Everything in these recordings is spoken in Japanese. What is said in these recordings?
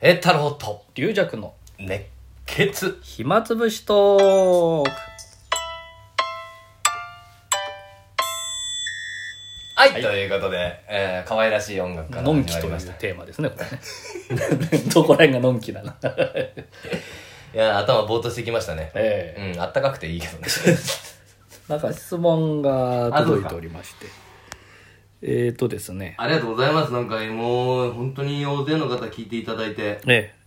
栄太郎と龍尺の熱血暇つぶしトーク。 はい、ということで、可愛らしい音楽からのんきというテーマですね、これね。どこら辺がのんきなの。 いや、頭ぼーっとしてきましたね。 うん、 あったかくていいけどね。 なんか質問が届いておりまして。ですね。 ありがとうございます。なんかもう本当に大勢の方聞いていただいて。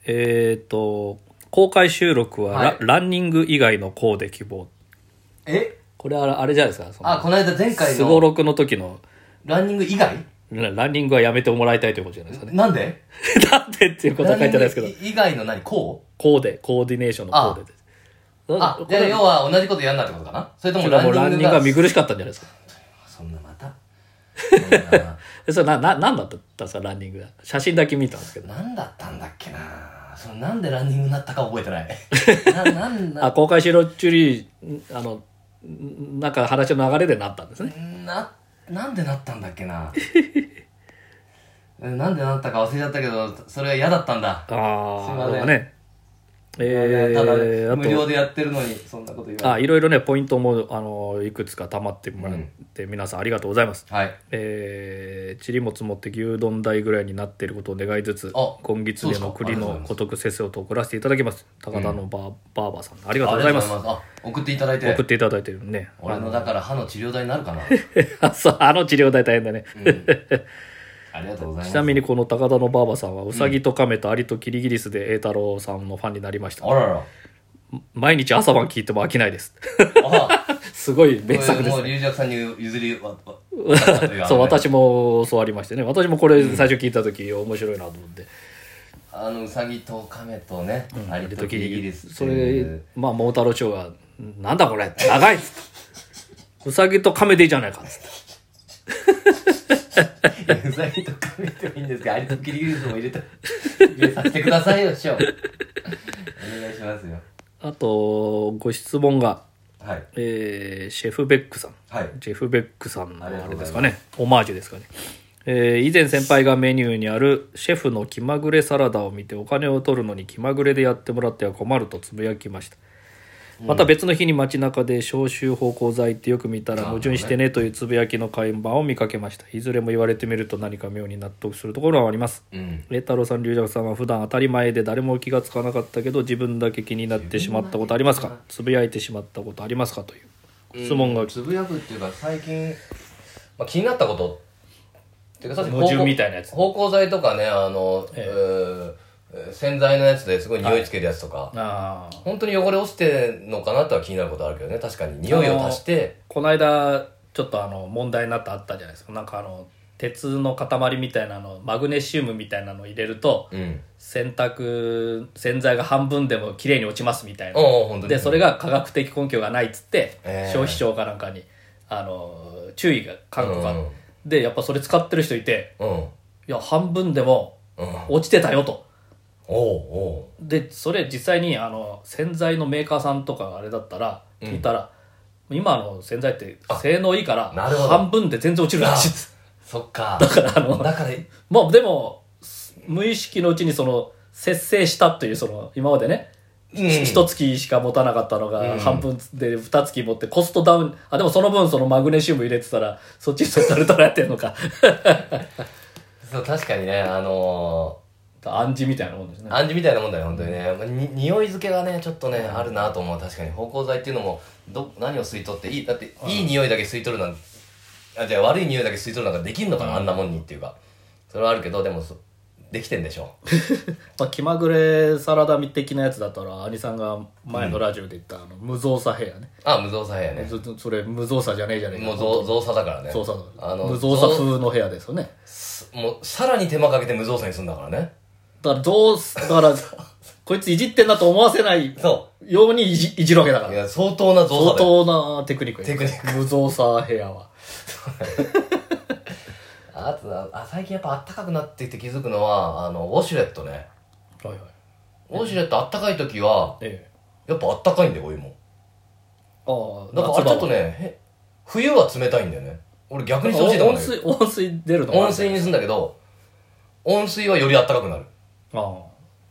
公開収録ははいランニング以外のコーデ希望。これはあれじゃないですか。 この間前回すごのろくの時のランニング以外ランニングはやめてもらいたいということじゃないですかね。 なんでなんでっていうことは書いてないですけど。 以外のコーディネーションのコーデです。 じゃあ要は同じことやんなってことかな。それともランニングが。 ランニングが見苦しかったんじゃないですか。 そんなまた。 それなんだったんですか、ランニングが。写真だけ見たんですけど。 なんだったんだっけな。なんでランニングになったか覚えてない。 公開収録中に、なんか話の流れでなったんですね。 なんでなったんだっけな。なんでなったか忘れちゃったけど、それは嫌だったんだ。すいません。 ね。 ただ無料でやってるのにそんなこと言わない。 いろいろねポイントもいくつか溜まってもらって、皆さんありがとうございます。 はい。 塵も積もって牛丼代ぐらいになっていることを願いつつ、今月での栗のごとくせせをと送らせていただきます。高田のバーバーさん、ありがとうございます。 送っていただいてるね。 俺のだから歯の治療代になるかな。 歯の治療代大変だね。 ありがとうございます。 ちなみにこの高田のバーバさんはウサギとカメとアリとキリギリスで栄太郎さんのファンになりました。 あらら。 毎日朝晩聞いても飽きないです。すごい名作です、ね。 もう龍尺さんに譲りそう、私も教わりましてね。私もこれ最初聞いた時、面白いなと思って。 ウサギとカメとね、アリとキリギリス。 それ、桃太郎長が、なんだこれ長いっつって。ウサギとカメでいいじゃないかっつって。 ウサギとカメでもいいんですけど、アリとキリギリスも入れさせてくださいよ、師匠。お願いしますよ。 あと、ご質問が、 はい。 シェフベックさん。 はい。 ジェフベックさんのあれですかね。オマージュですかね。以前先輩がメニューにあるシェフの気まぐれサラダを見てお金を取るのに気まぐれでやってもらっては困るとつぶやきました。また別の日に街中で消臭芳香剤ってよく見たら矛盾してねというつぶやきの看板を見かけました。いずれも言われてみると何か妙に納得するところはあります。栄太郎さん、龍尺さんは普段当たり前で誰も気がつかなかったけど自分だけ気になってしまったことありますか？つぶやいてしまったことありますか？という質問が。 つぶやくっていうか最近、気になったことっていうか、 矛盾みたいなやつ。 芳香剤とかね、洗剤のやつですごい匂いつけるやつとか、本当に汚れ落ちてんのかなとは気になることあるけどね。確かに匂いを足してこの間ちょっと問題になったあったじゃないですか。なんか鉄の塊みたいなのマグネシウムみたいなのを入れると、洗剤が半分でも綺麗に落ちますみたいな。でそれが科学的根拠がないっつって、消費庁かなんかに注意が勧告があって、でやっぱそれ使ってる人いて、いや半分でも落ちてたよと。でそれ実際に洗剤のメーカーさんとかあれだったら聞いたら、今の洗剤って性能いいから半分で全然落ちるらしいです。 そっか。 だからもうでも無意識のうちに節制したという今までね、一月しか持たなかったのが半分で二月持ってコストダウン。でもその分マグネシウム入れてたらそっちにタルタルやってるのか。 そう、確かにね、 暗示みたいなもんですね。 暗示みたいなもんだよ、本当にね。匂い付けがね、ちょっとね、あるなと思う。確かに。芳香剤っていうのも、何を吸い取っていい、だって、いい匂いだけ吸い取るなんじゃあ悪い匂いだけ吸い取るなんかできんのかな、あんなもんにっていうか。それはあるけど、でも、できてんでしょ。 気まぐれサラダ的なやつだったら、兄さんが前のラジオで言った無造作ヘアね。 無造作ヘアね。 それ無造作じゃねえじゃねえか。 もう造作だからね。 無造作風のヘアですよね。 もう、さらに手間かけて無造作にするんだからね。 だからこいついじってんなと思わせないようにいじるわけだから。 いや、相当な造作だよ。 相当なテクニック。無造作ヘアは。 あと最近やっぱあったかくなってきて気づくのは、ウォシュレットね。ウォシュレットあったかい時は、やっぱあったかいんだよ、お湯も。だからあれちょっとね、冬は冷たいんだよね。俺逆にしてほしいと思うんだけど。 温水出るの？ 温水にするんだけど、温水はよりあったかくなる。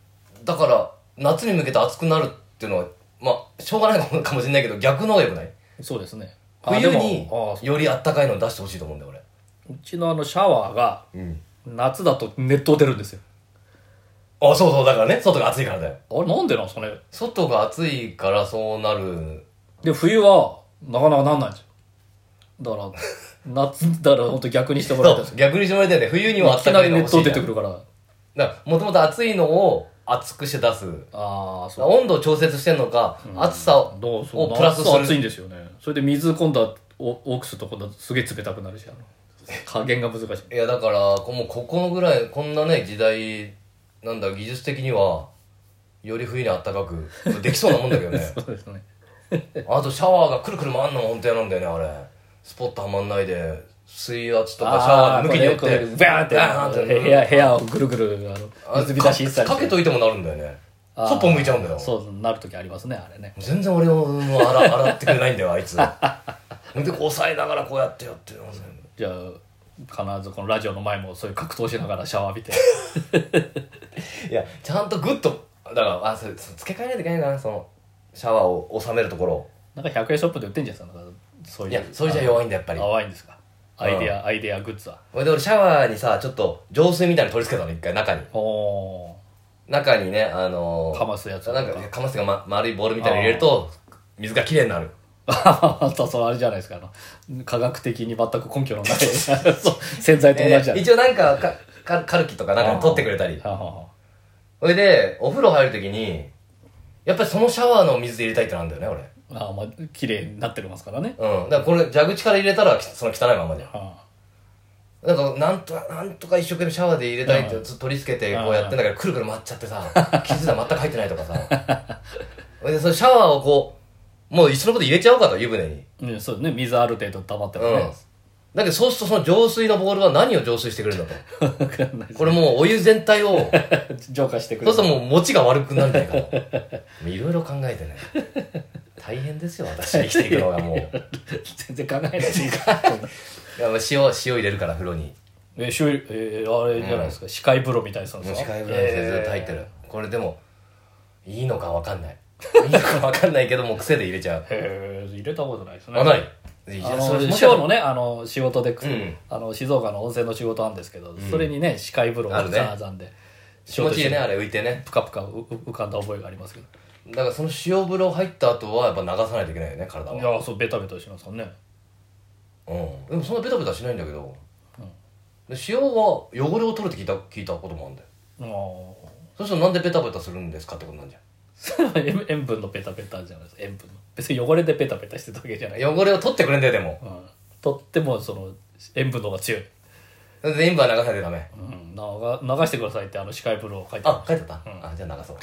だから夏に向けて暑くなるっていうのはまあしょうがないかもしれないけど逆の方がよくない？ そうですね。 冬によりあったかいのを出してほしいと思うんだよ俺。 うちのシャワーが夏だと熱湯出るんですよ。 あ、そうそうだからね、外が暑いからだよ。 あれなんでなんすかね。 外が暑いからそうなる。 で冬はなかなかなんないんですよ。だから夏だから本当逆にしてもらいたいですよ。 逆にしてもらいたいね。冬にはあったかいのが欲しい。 いきなり熱湯出てくるから。 だからもともと暑いのを熱くして出す。 ああ、そう。 温度を調節してんのか、暑さをプラスする。 暑いんですよね。それで水今度は多くすると今度はすげえ冷たくなるし、加減が難しい。 いやだからもうここのぐらいこんなね時代なんだ技術的にはより冬にあったかくできそうなもんだけどね。 そうですね。 あとシャワーがくるくる回んのも本当嫌なんだよねあれ。スポットはまんないで水圧とかシャワーの向きによってバーンって部屋をぐるぐる水浸しにしたりかけといてもなるんだよね。そっぽ向いちゃうんだよ。 そうなる時ありますねあれね。 全然俺を洗ってくれないんだよあいつ。で押さえながらこうやってやってる。 じゃあ必ずこのラジオの前もそういう格闘しながらシャワー浴びて。 いやちゃんとグッとだからそれ付け替えないといけないかな、そのシャワーを収めるところ。 なんか100円ショップで売ってんじゃないですか。そういう。 いやそれじゃ弱いんだやっぱり。 弱いんですか。アイデアグッズは。 俺シャワーにさちょっと浄水みたいなの取り付けたの一回中に。中にねかますやつなんかかますが、丸いボールみたいなの入れると水がきれいになる。 あとそれあれじゃないですか、科学的に全く根拠のない洗剤と同じじゃない。 一応なんかカルキとかなんか取ってくれたり。それでお風呂入るときにやっぱりそのシャワーの水で入れたいってなんだよね俺。 まあ綺麗になってますからね。 だからこれ蛇口から入れたらその汚いままじゃん。なんかなんとか一生懸命シャワーで入れたいって取り付けてこうやってんだけどくるくる回っちゃってさ傷が全く入ってないとかさ。でそのシャワーをこうもういっそのこと入れちゃおうかと湯船に。 そうね、水ある程度溜まってるね。 だけどそうするとその浄水のボールは何を浄水してくれるんだと。分かんない。これもうお湯全体を浄化してくれる。 そうするともう持ちが悪くなるんじゃないかと。いろいろ考えてね。大変ですよ私生きていくのがもう。 全然考えないでいいか。 いや塩入れるから風呂に。 あれじゃないですか、視界風呂みたいなさ。 視界風呂にずっと入ってる。これでもいいのか分かんない。いいのか分かんないけども癖で入れちゃう。 入れたことないですね。 ない。 ショーのね仕事で静岡の温泉の仕事なんですけど、それにね視界風呂がザーで気持ちいいねあれ浮いてねプカプカ浮かんだ覚えがありますけど。 だからその塩風呂入った後はやっぱ流さないといけないよね体は。 いやそうベタベタしますからね。 でもそんなベタベタしないんだけど、塩は汚れを取るって聞いたこともあるんだよ。そうするとなんでベタベタするんですかってことなんじゃん。 塩分のベタベタじゃないですか。塩分の別に汚れでベタベタしてたわけじゃない。 汚れを取ってくれんだよでも。 取ってもその塩分の方が強い。 塩分は流さないとダメ。 流してくださいって視界風呂書いてある。書いてあった。じゃあ流そう。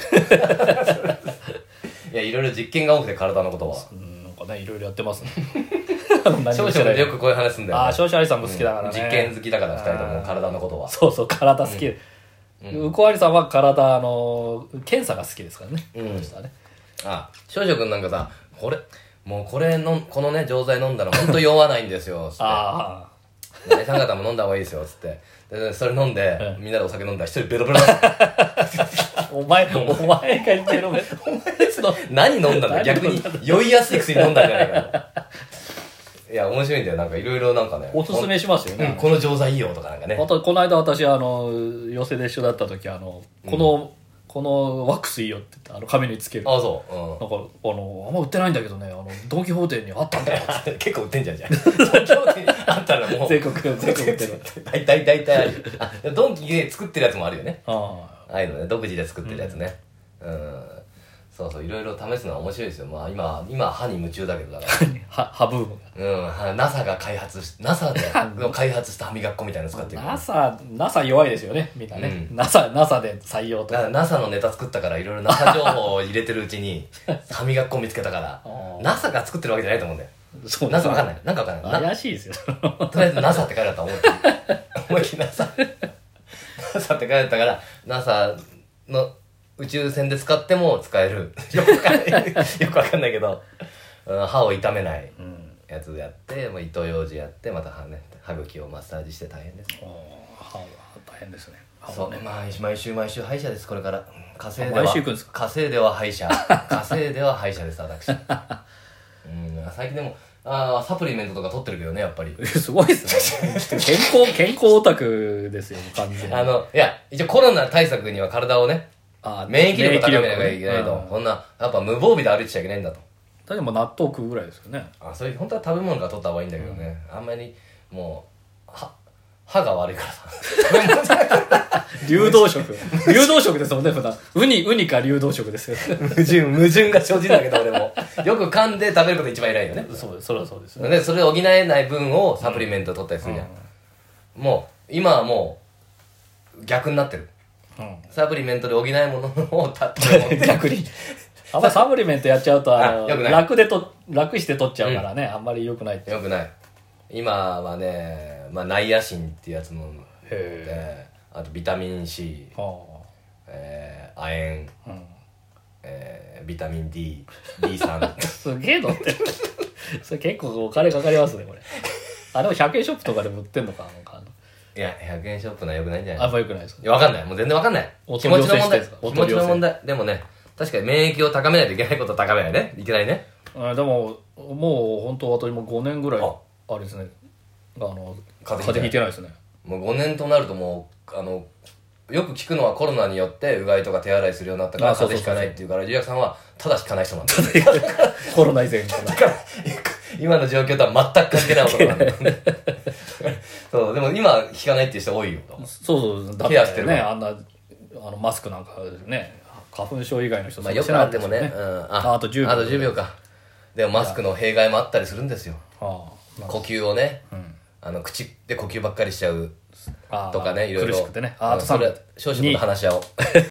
いやいろいろ実験が多くて体のことは。 なんかねいろいろやってますね。 少々でよくこういう話すんだよね。 少々ありさんも好きだからね。 実験好きだから2人とも体のことは。 そう体好き。うこありさんは体検査が好きですからね。 少々くんなんかさこのね錠剤飲んだら本当酔わないんですよつって。姉さん方も飲んだ方がいいですよつって。でそれ飲んでみんなでお酒飲んだら一人ベロベロだった。 お前が言ってるの何飲んだんだ逆に酔いやすい薬飲んだんじゃないかな。いや面白いんだよなんかいろいろなんかねおすすめしますよね。 この錠剤いいよとかなんかね。 この間私寄せで一緒だった時このワックスいいよって言って髪につける。 そう。 なんかあんま売ってないんだけどねドン・キホーテにあったんだよ。 結構売ってんじゃんドン・キホーテにあったらもう全国売ってる。 大体ある。ドンキで作ってるやつもあるよね。ああいうのね独自で作ってるやつね。そういろいろ試すのは面白いですよ。まあ今歯に夢中だけどだから歯ブーム。 NASA が開発し NASA で開発した歯磨き粉みたいなの使ってる。 NASA 弱いですよねみんなね。NASA で採用とか。 NASA のネタ作ったからいろいろ NASA 情報を入れてるうちに歯磨き粉見つけたから NASA が作ってるわけじゃないと思うんだよ。NASA わかんない。なんかわかんない。 怪しいですよ。 とりあえず NASA って書いてあった。思いっきり NASA って書いてあったから NASA の宇宙船で使っても使える。よくわかんないけど歯を痛めないやつやって糸ようじやってまた歯茎をマッサージして大変です。 歯は大変ですね。 そうね、まあ毎週歯医者です。これから火星では毎週行くんですか。 火星では歯医者火星では歯医者です私最近でもサプリメントとか取ってるけどね、やっぱりすごいですね健康オタクですよ完全に。 いや一応コロナ対策には体をね免疫力を高めなきゃいけないと、そんなやっぱ無防備で歩いてちゃいけないんだと。 だってもう納豆食うぐらいですよね。 そういう本当は食べ物から取った方がいいんだけどね、あんまりもう歯が悪いからさ流動食ですもんね普段。ウニか流動食ですよ矛盾が生じるんだけど俺もよく噛んで食べることが一番偉いよね。 そうそれはそうですね。でそれを補えない分をサプリメント取ったりするじゃん、もう今はもう逆になってる、サプリメントで補えものを逆にあんまサプリメントやっちゃうと楽して取っちゃうからね、あんまり良くない良くない。今はね、ナイアシンっていうやつ飲んで、あとビタミン C、亜鉛、ビタミン D、B3 すげえのってそれ結構お金かかりますねこれ。でも100円ショップとかでも売ってんのか。 いや100円ショップのは良くないんじゃない。 あんま良くないですか。 いや分かんない、もう全然分かんない。気持ちの問題。でもね、確かに免疫を高めないといけないことを高めないね、いけないね。 でももう本当私も5年ぐらいあれですね、風邪ひいてないですね。 もう5年となるともうよく聞くのはコロナによってうがいとか手洗いするようになったから風邪ひかないっていうから、リュウヤクさんはただひかない人なんだコロナ以前からだから今の状況とは全く関係ない男なんだそうでも今ひかないっていう人多いよ。 そうだってね、あんなマスクなんかね、花粉症以外の人よくなってもね、 あと 10秒か。でもマスクの弊害もあったりするんですよ。呼吸をね、口で呼吸ばっかりしちゃうとかね、いろいろ。 苦しくてね。 それ少々話し合おう